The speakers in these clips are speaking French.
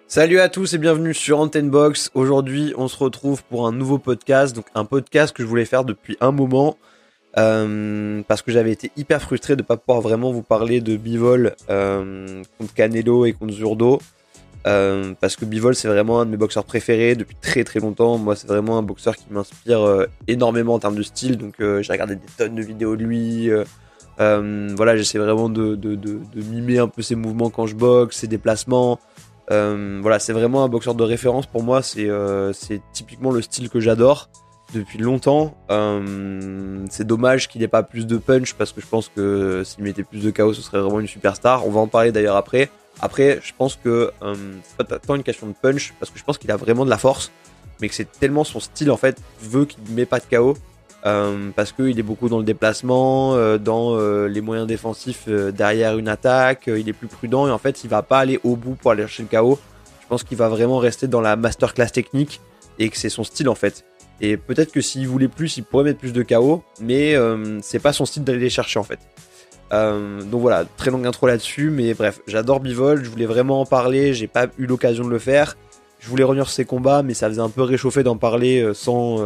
Salut à tous et bienvenue sur Antenne Box. Aujourd'hui, on se retrouve pour un nouveau podcast, donc un podcast que je voulais faire depuis un moment parce que j'avais été hyper frustré de ne pas pouvoir vraiment vous parler de Bivol contre Canelo et contre Zurdo parce que Bivol c'est vraiment un de mes boxeurs préférés depuis très très longtemps. Moi, c'est vraiment un boxeur qui m'inspire énormément en termes de style, donc j'ai regardé des tonnes de vidéos de lui. Voilà, j'essaie vraiment de mimer un peu ses mouvements quand je boxe, ses déplacements. Voilà, c'est vraiment un boxeur de référence pour moi. C'est typiquement le style que j'adore depuis longtemps. C'est dommage qu'il n'ait pas plus de punch parce que je pense que s'il mettait plus de KO, ce serait vraiment une superstar. On va en parler d'ailleurs après. Après, je pense que c'est pas tant une question de punch parce que je pense qu'il a vraiment de la force, mais que c'est tellement son style en fait veut qu'il ne met pas de KO. Parce qu'il est beaucoup dans le déplacement, dans les moyens défensifs derrière une attaque, il est plus prudent et en fait il va pas aller au bout pour aller chercher le KO. Je pense qu'il va vraiment rester dans la masterclass technique et que c'est son style en fait. Et peut-être que s'il voulait plus, il pourrait mettre plus de KO, mais c'est pas son style d'aller les chercher en fait. Donc voilà, très longue intro là-dessus, mais bref, j'adore Bivol, je voulais vraiment en parler, j'ai pas eu l'occasion de le faire. Je voulais revenir sur ses combats, mais ça faisait un peu réchauffer d'en parler sans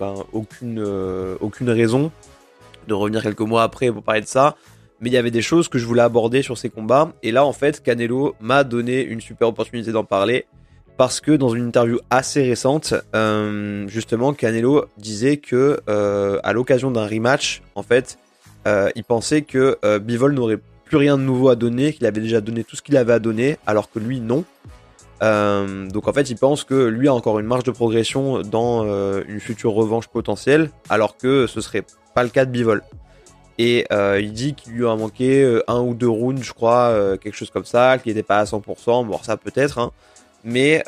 aucune raison de revenir quelques mois après pour parler de ça. Mais il y avait des choses que je voulais aborder sur ses combats. Et là, en fait, Canelo m'a donné une super opportunité d'en parler. Parce que dans une interview assez récente, justement, Canelo disait que à l'occasion d'un rematch, en fait, il pensait que Bivol n'aurait plus rien de nouveau à donner, qu'il avait déjà donné tout ce qu'il avait à donner, alors que lui, non. Donc en fait il pense que lui a encore une marge de progression dans une future revanche potentielle alors que ce serait pas le cas de Bivol et il dit qu'il lui a manqué un ou deux rounds je crois, quelque chose comme ça, qu'il n'était pas à 100%, bon ça peut-être hein. Mais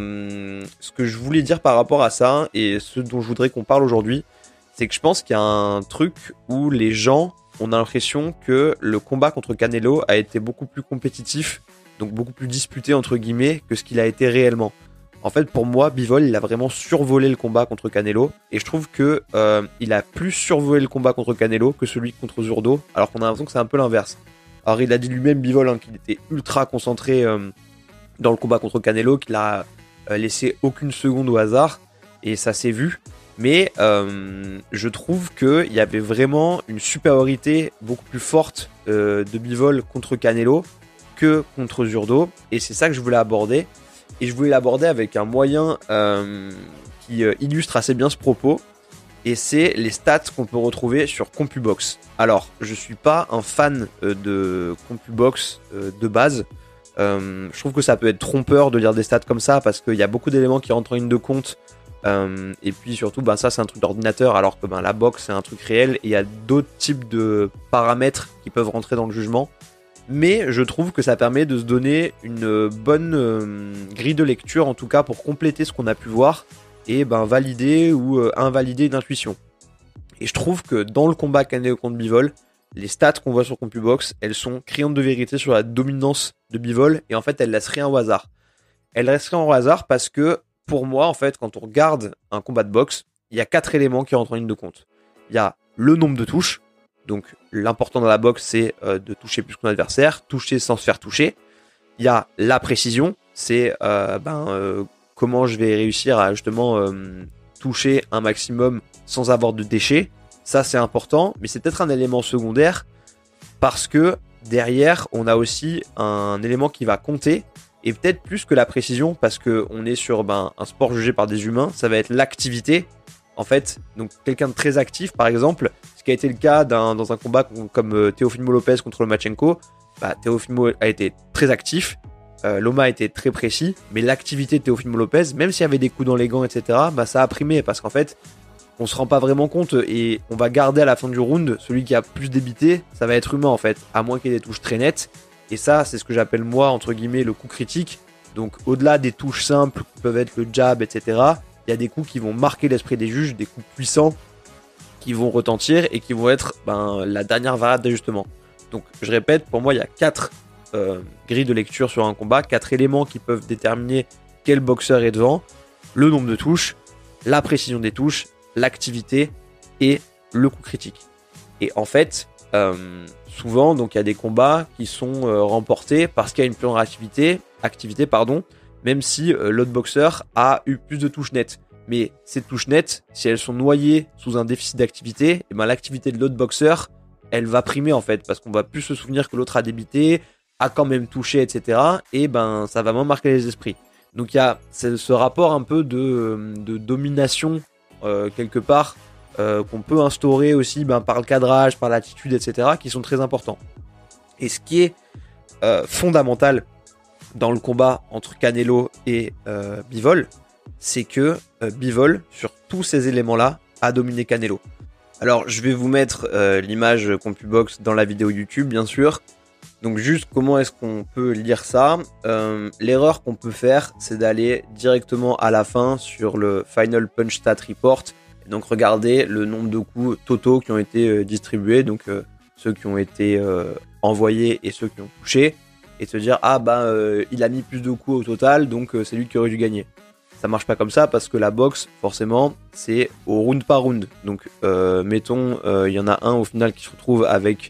ce que je voulais dire par rapport à ça et ce dont je voudrais qu'on parle aujourd'hui, c'est que je pense qu'il y a un truc où les gens ont l'impression que le combat contre Canelo a été beaucoup plus compétitif, donc beaucoup plus disputé entre guillemets que ce qu'il a été réellement. En fait, pour moi, Bivol, il a vraiment survolé le combat contre Canelo, et je trouve que il a plus survolé le combat contre Canelo que celui contre Zurdo, alors qu'on a l'impression que c'est un peu l'inverse. Alors il a dit lui-même, Bivol, hein, qu'il était ultra concentré dans le combat contre Canelo, qu'il a laissé aucune seconde au hasard, et ça s'est vu. Mais je trouve qu'il y avait vraiment une supériorité beaucoup plus forte de Bivol contre Canelo que contre Zurdo, et c'est ça que je voulais aborder. Et je voulais l'aborder avec un moyen qui illustre assez bien ce propos, et c'est les stats qu'on peut retrouver sur CompuBox. Alors, je suis pas un fan de CompuBox de base. Je trouve que ça peut être trompeur de lire des stats comme ça, parce qu'il y a beaucoup d'éléments qui rentrent en ligne de compte. Et puis surtout, ça c'est un truc d'ordinateur, alors que la box c'est un truc réel, et il y a d'autres types de paramètres qui peuvent rentrer dans le jugement. Mais je trouve que ça permet de se donner une bonne grille de lecture, en tout cas pour compléter ce qu'on a pu voir, et valider ou invalider une intuition. Et je trouve que dans le combat Canelo contre Bivol, les stats qu'on voit sur CompuBox, elles sont criantes de vérité sur la dominance de Bivol, et en fait elles laissent rien au hasard. Elles laissent rien au hasard parce que, pour moi, en fait, quand on regarde un combat de boxe, il y a 4 éléments qui rentrent en ligne de compte. Il y a le nombre de touches. Donc l'important dans la boxe, c'est de toucher plus que son adversaire, toucher sans se faire toucher. Il y a la précision, c'est comment je vais réussir à justement toucher un maximum sans avoir de déchets. Ça c'est important, mais c'est peut-être un élément secondaire parce que derrière on a aussi un élément qui va compter, et peut-être plus que la précision, parce qu'on est sur un sport jugé par des humains, ça va être l'activité. En fait, donc quelqu'un de très actif, par exemple, ce qui a été le cas dans un combat comme Teofimo Lopez contre Lomachenko, Teofimo a été très actif, Loma a été très précis, mais l'activité de Teofimo Lopez, même s'il y avait des coups dans les gants, etc., ça a primé, parce qu'en fait, on se rend pas vraiment compte, et on va garder à la fin du round, celui qui a plus débité, ça va être humain en fait, à moins qu'il y ait des touches très nettes, et ça, c'est ce que j'appelle moi, entre guillemets, le coup critique. Donc au-delà des touches simples, qui peuvent être le jab, etc., il y a des coups qui vont marquer l'esprit des juges, des coups puissants qui vont retentir et qui vont être la dernière variable d'ajustement. Donc je répète, pour moi il y a 4 grilles de lecture sur un combat, 4 éléments qui peuvent déterminer quel boxeur est devant: le nombre de touches, la précision des touches, l'activité et le coup critique. Et en fait, souvent donc il y a des combats qui sont remportés parce qu'il y a une plus grande activité, même si l'autre boxeur a eu plus de touches nettes. Mais ces touches nettes, si elles sont noyées sous un déficit d'activité, et ben l'activité de l'autre boxeur, elle va primer en fait, parce qu'on va plus se souvenir que l'autre a débité, a quand même touché, etc. Et ben ça va moins marquer les esprits. Donc il y a ce rapport un peu de domination quelque part qu'on peut instaurer aussi par le cadrage, par l'attitude, etc. qui sont très importants. Et ce qui est fondamental dans le combat entre Canelo et Bivol, c'est que Bivol, sur tous ces éléments-là, a dominé Canelo. Alors, je vais vous mettre l'image CompuBox dans la vidéo YouTube, bien sûr. Donc, juste comment est-ce qu'on peut lire ça ? L'erreur qu'on peut faire, c'est d'aller directement à la fin sur le Final Punch Stat Report. Et donc, regarder le nombre de coups totaux qui ont été distribués, donc ceux qui ont été envoyés et ceux qui ont touché. Et se dire, il a mis plus de coups au total, donc c'est lui qui aurait dû gagner. Ça marche pas comme ça parce que la boxe, forcément, c'est au round par round. Donc, mettons, il y en a un au final qui se retrouve avec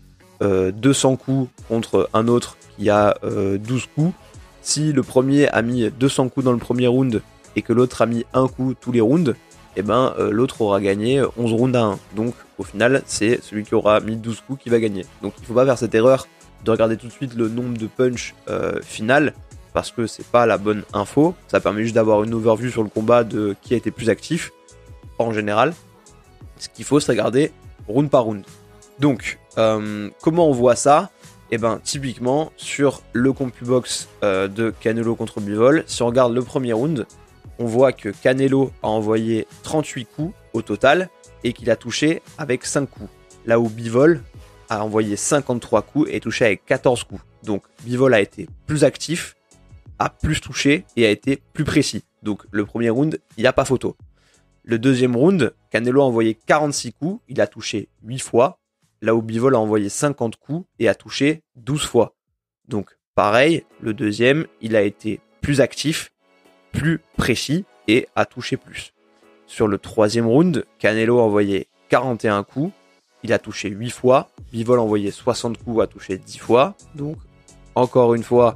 200 coups contre un autre qui a 12 coups. Si le premier a mis 200 coups dans le premier round et que l'autre a mis un coup tous les rounds, l'autre aura gagné 11 rounds à 1. Donc, au final, c'est celui qui aura mis 12 coups qui va gagner. Donc, il faut pas faire cette erreur de regarder tout de suite le nombre de punch final, parce que c'est pas la bonne info. Ça permet juste d'avoir une overview sur le combat de qui a été plus actif en général. Ce qu'il faut, c'est regarder round par round. Donc comment on voit ça ? Typiquement sur le CompuBox de Canelo contre Bivol, si on regarde le premier round, on voit que Canelo a envoyé 38 coups au total et qu'il a touché avec 5 coups, là où Bivol a envoyé 53 coups et touché avec 14 coups. Donc Bivol a été plus actif, a plus touché et a été plus précis. Donc le premier round, il n'y a pas photo. Le deuxième round, Canelo a envoyé 46 coups, il a touché 8 fois, là où Bivol a envoyé 50 coups et a touché 12 fois. Donc pareil, le deuxième, il a été plus actif, plus précis et a touché plus. Sur le troisième round, Canelo a envoyé 41 coups, il a touché 8 fois, Bivol a envoyé 60 coups, a touché 10 fois. Donc encore une fois,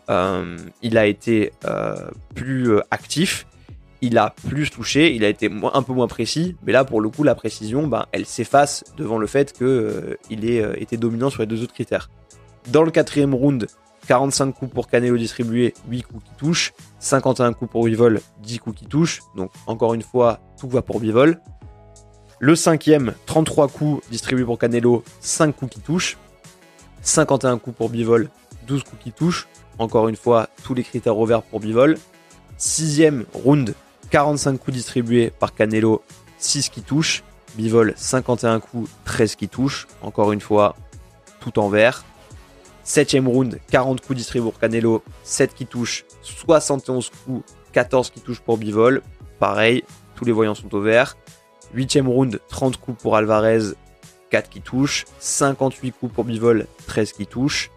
il a été plus actif, il a plus touché, il a été un peu moins précis, mais là pour le coup la précision, elle s'efface devant le fait qu'il ait été dominant sur les deux autres critères. Dans le quatrième round, 45 coups pour Canelo distribué, 8 coups qui touchent, 51 coups pour Bivol, 10 coups qui touchent, donc encore une fois tout va pour Bivol. Le cinquième, 33 coups distribués pour Canelo, 5 coups qui touchent, 51 coups pour Bivol, 12 coups qui touchent, encore une fois, tous les critères ouverts pour Bivol. Sixième round, 45 coups distribués par Canelo, 6 qui touchent. Bivol, 51 coups, 13 qui touchent. Encore une fois, tout en vert. Septième round, 40 coups distribués pour Canelo, 7 qui touchent. 71 coups, 14 qui touchent pour Bivol. Pareil, tous les voyants sont au vert. Huitième round, 30 coups pour Alvarez, 4 qui touchent. 58 coups pour Bivol, 13 qui touchent.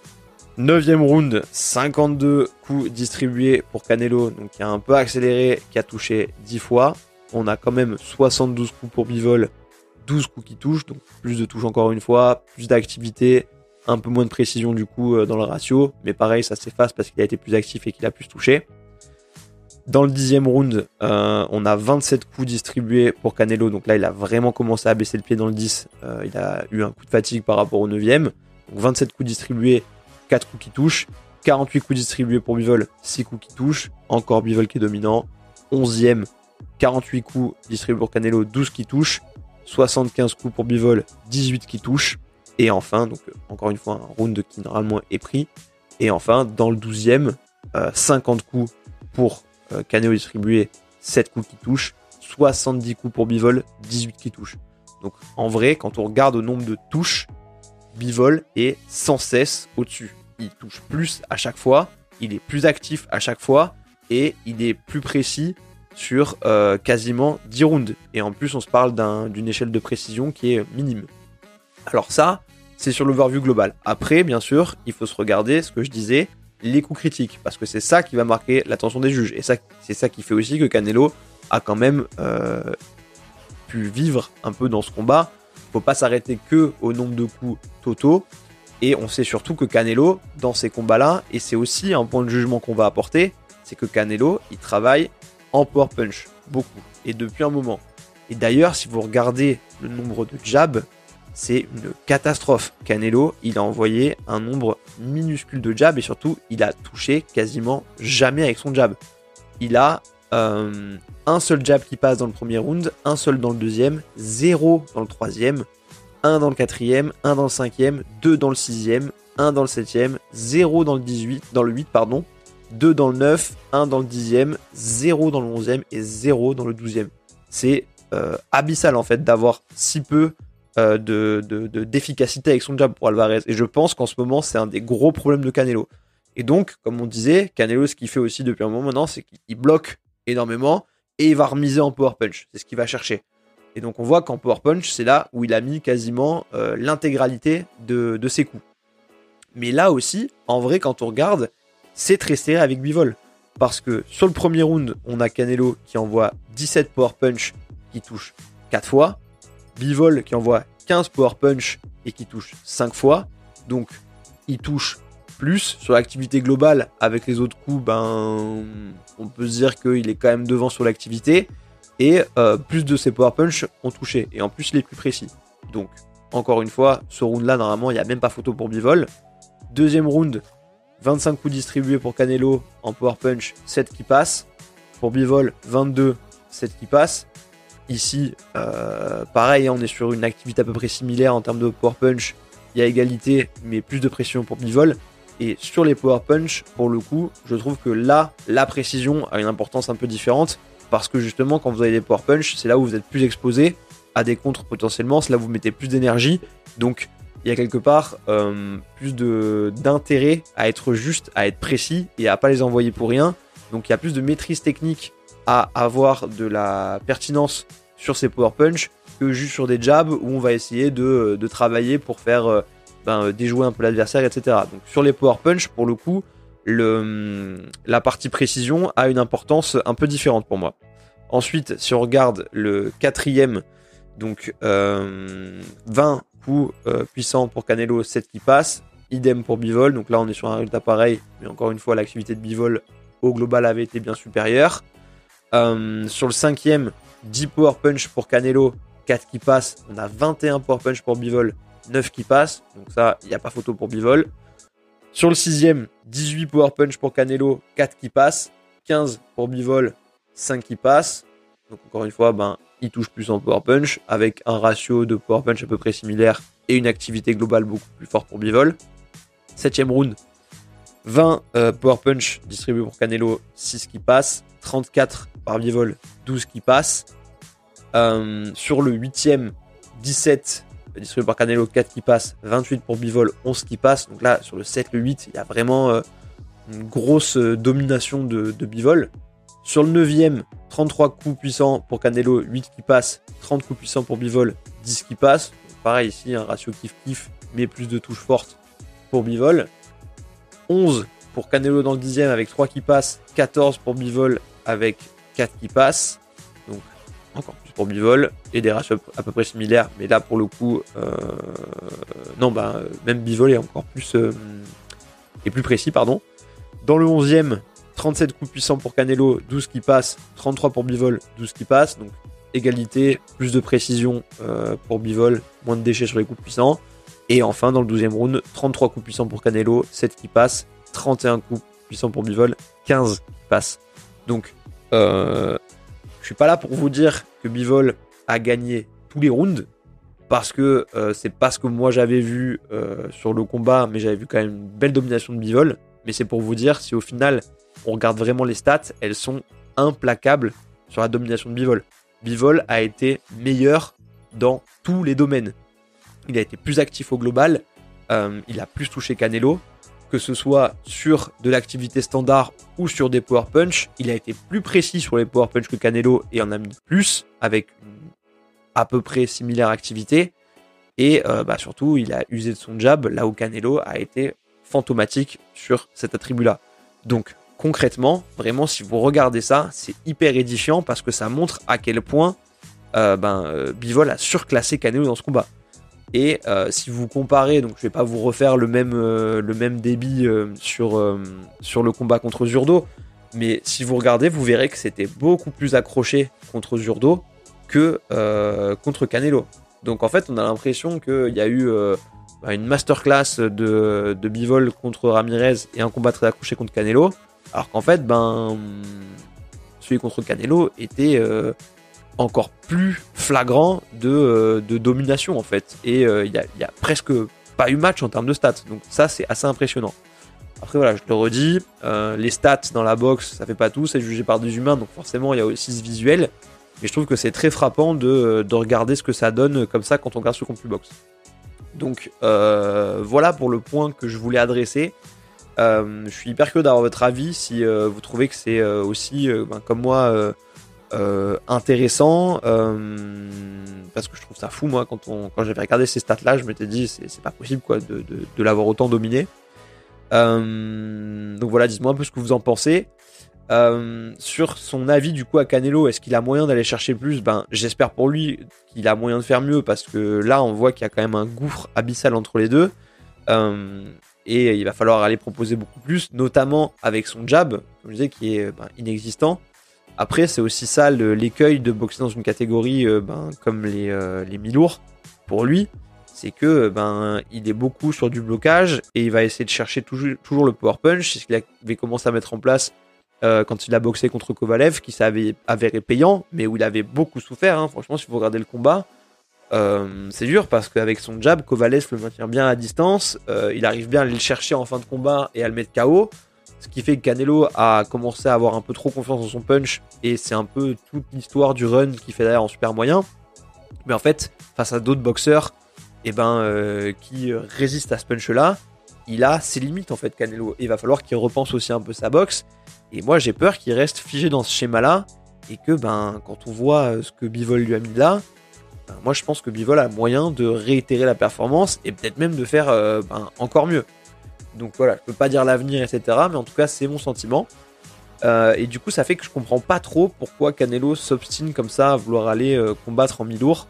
9e round, 52 coups distribués pour Canelo, donc qui a un peu accéléré, qui a touché 10 fois. On a quand même 72 coups pour Bivol, 12 coups qui touchent, donc plus de touches encore une fois, plus d'activité, un peu moins de précision du coup dans le ratio, mais pareil, ça s'efface parce qu'il a été plus actif et qu'il a plus touché. Dans le 10e round, on a 27 coups distribués pour Canelo, donc là il a vraiment commencé à baisser le pied dans le 10, il a eu un coup de fatigue par rapport au 9e, donc 27 coups distribués, 4 coups qui touchent, 48 coups distribués pour Bivol, 6 coups qui touchent, encore Bivol qui est dominant, 11e, 48 coups distribués pour Canelo, 12 qui touchent, 75 coups pour Bivol, 18 qui touchent, et enfin, donc encore une fois un round qui normalement est pris, et enfin dans le 12e, 50 coups pour Canelo distribués, 7 coups qui touchent, 70 coups pour Bivol, 18 qui touchent. Donc en vrai, quand on regarde au nombre de touches, Bivol est sans cesse au-dessus. Il touche plus à chaque fois, il est plus actif à chaque fois et il est plus précis sur quasiment 10 rounds. Et en plus, on se parle d'une échelle de précision qui est minime. Alors ça, c'est sur l'overview global. Après, bien sûr, il faut se regarder, ce que je disais, les coups critiques, parce que c'est ça qui va marquer l'attention des juges. Et ça, c'est ça qui fait aussi que Canelo a quand même pu vivre un peu dans ce combat. Faut pas s'arrêter que au nombre de coups totaux, et on sait surtout que Canelo, dans ces combats-là, et c'est aussi un point de jugement qu'on va apporter, c'est que Canelo, il travaille en power punch, beaucoup, et depuis un moment. Et d'ailleurs, si vous regardez le nombre de jabs, c'est une catastrophe. Canelo, il a envoyé un nombre minuscule de jabs, et surtout, il a touché quasiment jamais avec son jab. Il a un seul jab qui passe dans le premier round, un seul dans le deuxième, 0 dans le troisième, 1 dans le quatrième, 1 dans le cinquième, 2 dans le sixième, 1 dans le septième, 0 dans le 8, 2 dans le 9, 1 dans le 10e, 0 dans le 11e et 0 dans le 12e. C'est abyssal en fait d'avoir si peu d'efficacité avec son jab pour Alvarez. Et je pense qu'en ce moment, c'est un des gros problèmes de Canelo. Et donc, comme on disait, Canelo, ce qu'il fait aussi depuis un moment maintenant, c'est qu'il bloque énormément et il va remiser en power punch. C'est ce qu'il va chercher. Et donc, on voit qu'en power punch, c'est là où il a mis quasiment l'intégralité de ses coups. Mais là aussi, en vrai, quand on regarde, c'est très serré avec Bivol. Parce que sur le premier round, on a Canelo qui envoie 17 power punch qui touche 4 fois. Bivol qui envoie 15 power punch et qui touche 5 fois. Donc, il touche plus sur l'activité globale. Avec les autres coups, on peut se dire qu'il est quand même devant sur l'activité. Et plus de ses power punch ont touché. Et en plus, il est plus précis. Donc, encore une fois, ce round-là, normalement, il n'y a même pas photo pour Bivol. Deuxième round, 25 coups distribués pour Canelo en power punch, 7 qui passent. Pour Bivol, 22, 7 qui passent. Ici, pareil, on est sur une activité à peu près similaire en termes de power punch. Il y a égalité, mais plus de pression pour Bivol. Et sur les power punch, pour le coup, je trouve que là, la précision a une importance un peu différente. Parce que justement, quand vous avez des power punch, c'est là où vous êtes plus exposé à des contres potentiellement. C'est là où vous mettez plus d'énergie. Donc, il y a quelque part plus d'intérêt à être juste, à être précis et à pas les envoyer pour rien. Donc, il y a plus de maîtrise technique à avoir de la pertinence sur ces power punch que juste sur des jabs où on va essayer de travailler pour faire déjouer un peu l'adversaire, etc. Donc sur les power punch, pour le coup, la partie précision a une importance un peu différente pour moi. Ensuite, si on regarde le quatrième, donc 20 coups puissants pour Canelo, 7 qui passent, idem pour Bivol. Donc là, on est sur un résultat pareil, mais encore une fois, l'activité de Bivol au global avait été bien supérieure. Sur le cinquième, 10 power punch pour Canelo, 4 qui passent. On a 21 power punch pour Bivol, 9 qui passent. Donc ça, il n'y a pas photo pour Bivol. Sur le sixième, 18 power punch pour Canelo, 4 qui passent. 15 pour Bivol, 5 qui passent. Donc encore une fois, il touche plus en power punch avec un ratio de power punch à peu près similaire et une activité globale beaucoup plus forte pour Bivol. Septième round, 20 power punch distribués pour Canelo, 6 qui passent. 34 par Bivol, 12 qui passent. Sur le 8ème, 17 distribué par Canelo, 4 qui passent. 28 pour Bivol, 11 qui passent. Donc là, sur le 7, le 8, il y a vraiment une grosse domination de Bivol. Sur le 9ème, 33 coups puissants pour Canelo, 8 qui passent. 30 coups puissants pour Bivol, 10 qui passent. Donc pareil ici, un ratio kiff-kiff, mais plus de touches fortes pour Bivol. 11 pour Canelo dans le 10ème avec 3 qui passent. 14 pour Bivol avec 4 qui passent. Donc encore plus pour Bivol. Et des ratios à peu près similaires. Mais là pour le coup, même Bivol est encore plus est plus précis, pardon. Dans le 11ème, 37 coups puissants pour Canelo, 12 qui passent. 33 pour Bivol, 12 qui passent. Donc égalité, plus de précision pour Bivol, moins de déchets sur les coups puissants. Et enfin dans le 12e round, 33 coups puissants pour Canelo, 7 qui passent. 31 coups puissants pour Bivol, 15 qui passent. Donc, je suis pas là pour vous dire que Bivol a gagné tous les rounds, parce que c'est pas ce que moi j'avais vu sur le combat, mais j'avais vu quand même une belle domination de Bivol. Mais c'est pour vous dire, si au final on regarde vraiment les stats, elles sont implacables sur la domination de Bivol. Bivol a été meilleur dans tous les domaines. Il a été plus actif au global, il a plus touché Canelo. Que ce soit sur de l'activité standard ou sur des power punch, il a été plus précis sur les power punch que Canelo et en a mis plus avec une à peu près similaire activité. Et surtout, il a usé de son jab là où Canelo a été fantomatique sur cet attribut-là. Donc concrètement, vraiment, si vous regardez ça, c'est hyper édifiant parce que ça montre à quel point Bivol a surclassé Canelo dans ce combat. Et si vous comparez, donc je vais pas vous refaire le même débit sur le combat contre Zurdo, Mais si vous regardez, vous verrez que c'était beaucoup plus accroché contre Zurdo que contre Canelo. Donc en fait, on a l'impression qu'il y a eu une masterclass de Bivol contre Ramirez et un combat très accroché contre Canelo. Alors qu'en fait, celui contre Canelo était encore plus flagrant de domination en fait. Et il y a presque pas eu match en termes de stats. Donc ça, c'est assez impressionnant. Après voilà, je te le redis, les stats dans la boxe, ça fait pas tout, c'est jugé par des humains, donc forcément il y a aussi ce visuel. Mais je trouve que c'est très frappant de regarder ce que ça donne comme ça quand on regarde ce Complu Box. Donc voilà pour le point que je voulais adresser. Je suis hyper curieux d'avoir votre avis si vous trouvez que c'est aussi, comme moi, intéressant. Parce que je trouve ça fou, moi, quand j'avais regardé ces stats-là, je m'étais dit c'est pas possible quoi, de l'avoir autant dominé. Donc voilà, dites-moi un peu ce que vous en pensez. Sur son avis du coup à Canelo, est-ce qu'il a moyen d'aller chercher plus? J'espère pour lui qu'il a moyen de faire mieux parce que là on voit qu'il y a quand même un gouffre abyssal entre les deux et il va falloir aller proposer beaucoup plus, notamment avec son jab, comme je disais, qui est inexistant. Après c'est aussi ça l'écueil de boxer dans une catégorie comme les mi-lourds pour lui, c'est que il est beaucoup sur du blocage et il va essayer de chercher toujours le power punch. C'est ce qu'il avait commencé à mettre en place quand il a boxé contre Kovalev, qui s'avait avéré payant, mais où il avait beaucoup souffert. Hein. Franchement, si vous regardez le combat, c'est dur parce qu'avec son jab, Kovalev le maintient bien à distance. Il arrive bien à aller le chercher en fin de combat et à le mettre KO. Ce qui fait que Canelo a commencé à avoir un peu trop confiance dans son punch. Et c'est un peu toute l'histoire du run qu'il fait d'ailleurs en super moyen. Mais en fait, face à d'autres boxeurs qui résistent à ce punch-là, il a ses limites en fait, Canelo. Et il va falloir qu'il repense aussi un peu sa boxe. Et moi, j'ai peur qu'il reste figé dans ce schéma-là. Et que quand on voit ce que Bivol lui a mis là, moi je pense que Bivol a moyen de réitérer la performance et peut-être même de faire encore mieux. Donc voilà, je peux pas dire l'avenir, etc. Mais en tout cas, c'est mon sentiment. Et du coup, ça fait que je comprends pas trop pourquoi Canelo s'obstine comme ça à vouloir aller combattre en mi-lourd.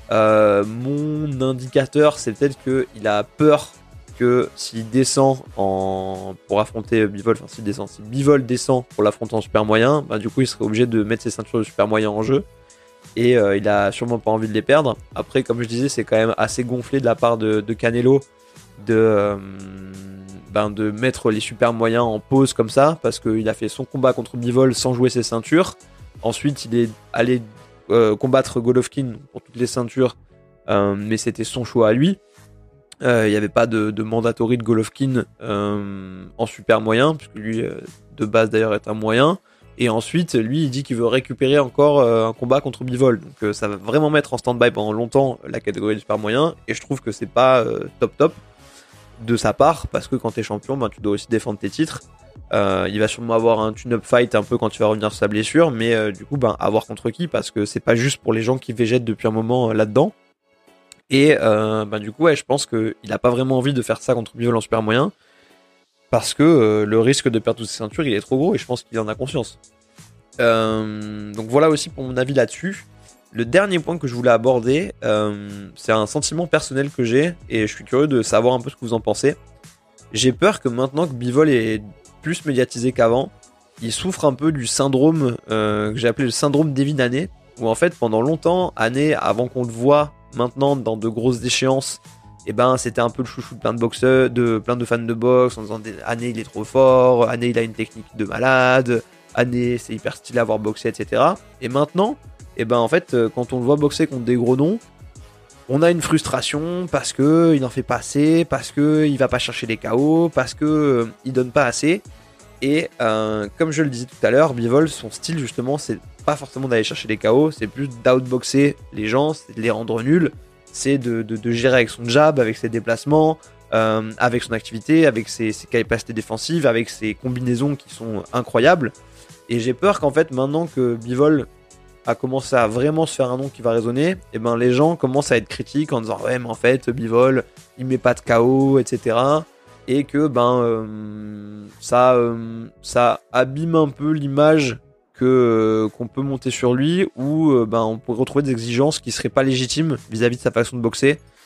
Mon indicateur, c'est peut-être qu'il a peur que s'il descend pour affronter Bivol, si Bivol descend pour l'affronter en super moyen, du coup il serait obligé de mettre ses ceintures de super moyen en jeu. Et il a sûrement pas envie de les perdre. Après, comme je disais, c'est quand même assez gonflé de la part de Canelo de mettre les super moyens en pause comme ça, parce qu'il a fait son combat contre Bivol sans jouer ses ceintures. Ensuite, il est allé combattre Golovkin pour toutes les ceintures, mais c'était son choix à lui. Il n'y avait pas de mandatory de Golovkin en super moyen, puisque lui, de base d'ailleurs, est un moyen. Et ensuite, lui, il dit qu'il veut récupérer encore un combat contre Bivol. Donc ça va vraiment mettre en stand-by pendant longtemps la catégorie du super moyen. Et je trouve que c'est pas top de sa part, parce que quand t'es champion, tu dois aussi défendre tes titres. Il va sûrement avoir un tune-up fight un peu quand tu vas revenir sur sa blessure, mais du coup, à voir contre qui, parce que c'est pas juste pour les gens qui végètent depuis un moment là-dedans. Et du coup, je pense qu'il a pas vraiment envie de faire ça contre Bivol en super moyen, parce que le risque de perdre toutes ses ceintures, il est trop gros, et je pense qu'il en a conscience. Donc voilà aussi pour mon avis là-dessus. Le dernier point que je voulais aborder, c'est un sentiment personnel que j'ai, et je suis curieux de savoir un peu ce que vous en pensez. J'ai peur que maintenant que Bivol est plus médiatisé qu'avant, il souffre un peu du syndrome que j'ai appelé le syndrome Devin Haney, où en fait pendant longtemps, Haney, avant qu'on le voit maintenant dans de grosses échéances, c'était un peu le chouchou de plein de boxeurs, de plein de fans de boxe, en disant Haney il est trop fort, Haney il a une technique de malade, Haney c'est hyper stylé à voir boxer, etc. Et maintenant, en fait, quand on le voit boxer contre des gros noms, on a une frustration parce que il n'en fait pas assez, parce que il va pas chercher les KO, parce que il donne pas assez. Et comme je le disais tout à l'heure, Bivol, son style justement, c'est pas forcément d'aller chercher les KO, c'est plus d'outboxer les gens, c'est de les rendre nuls, c'est de gérer avec son jab, avec ses déplacements, avec son activité, avec ses capacités défensives, avec ses combinaisons qui sont incroyables. Et j'ai peur qu'en fait, maintenant que Bivol a commencé à vraiment se faire un nom qui va résonner, les gens commencent à être critiques en disant ouais mais en fait Bivol il met pas de KO, etc. Et que ça abîme un peu l'image qu'on peut monter sur lui, où on pourrait retrouver des exigences qui seraient pas légitimes vis-à-vis de sa façon de boxer.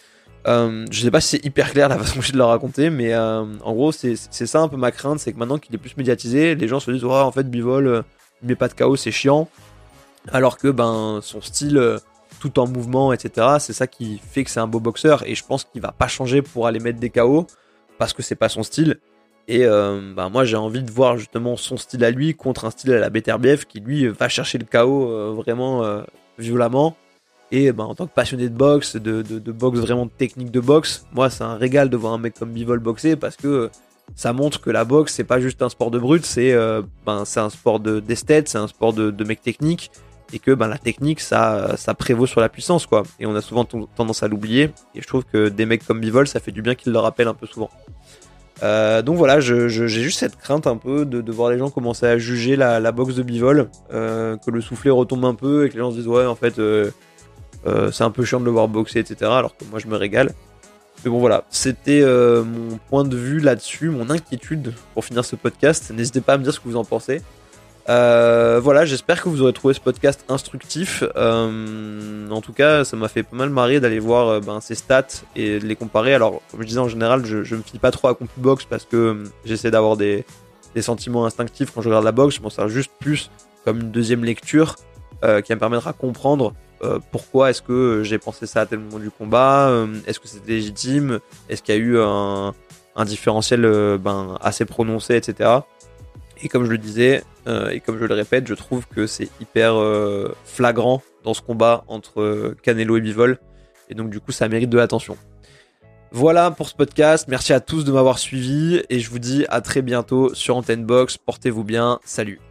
Je sais pas si c'est hyper clair la façon que j'ai de le raconter, mais en gros, c'est ça un peu ma crainte, c'est que maintenant qu'il est plus médiatisé, les gens se disent, ouais, en fait, Bivol, il met pas de KO, c'est chiant. Alors que son style, tout en mouvement, etc., c'est ça qui fait que c'est un beau boxeur. Et je pense qu'il va pas changer pour aller mettre des KO, parce que c'est pas son style. Et moi, j'ai envie de voir justement son style à lui contre un style à la Beterbiev qui, lui, va chercher le KO vraiment violemment. Et en tant que passionné de boxe, de boxe vraiment technique de boxe, moi c'est un régal de voir un mec comme Bivol boxer parce que ça montre que la boxe c'est pas juste un sport de brut, c'est un sport d'esthète, c'est un sport de mec technique et que la technique ça prévaut sur la puissance quoi. Et on a souvent tendance à l'oublier et je trouve que des mecs comme Bivol ça fait du bien qu'ils le rappellent un peu souvent. Donc voilà, j'ai juste cette crainte un peu de voir les gens commencer à juger la boxe de Bivol, que le soufflet retombe un peu et que les gens se disent ouais en fait c'est un peu chiant de le voir boxer, etc. Alors que moi je me régale. Mais bon voilà, c'était mon point de vue là-dessus, mon inquiétude pour finir ce podcast. N'hésitez pas à me dire ce que vous en pensez. Voilà, j'espère que vous aurez trouvé ce podcast instructif. En tout cas, ça m'a fait pas mal marrer d'aller voir ces stats et de les comparer. Alors, comme je disais, en général, je me fie pas trop à CompuBox parce que j'essaie d'avoir des sentiments instinctifs quand je regarde la boxe. Je m'en sers juste plus comme une deuxième lecture qui me permettra de comprendre pourquoi est-ce que j'ai pensé ça à tel moment du combat, est-ce que c'était légitime, est-ce qu'il y a eu un différentiel assez prononcé, etc. Et comme je le disais, et comme je le répète, je trouve que c'est hyper flagrant dans ce combat entre Canelo et Bivol, et donc du coup ça mérite de l'attention. Voilà pour ce podcast, merci à tous de m'avoir suivi, et je vous dis à très bientôt sur Antenne Box, portez-vous bien, salut.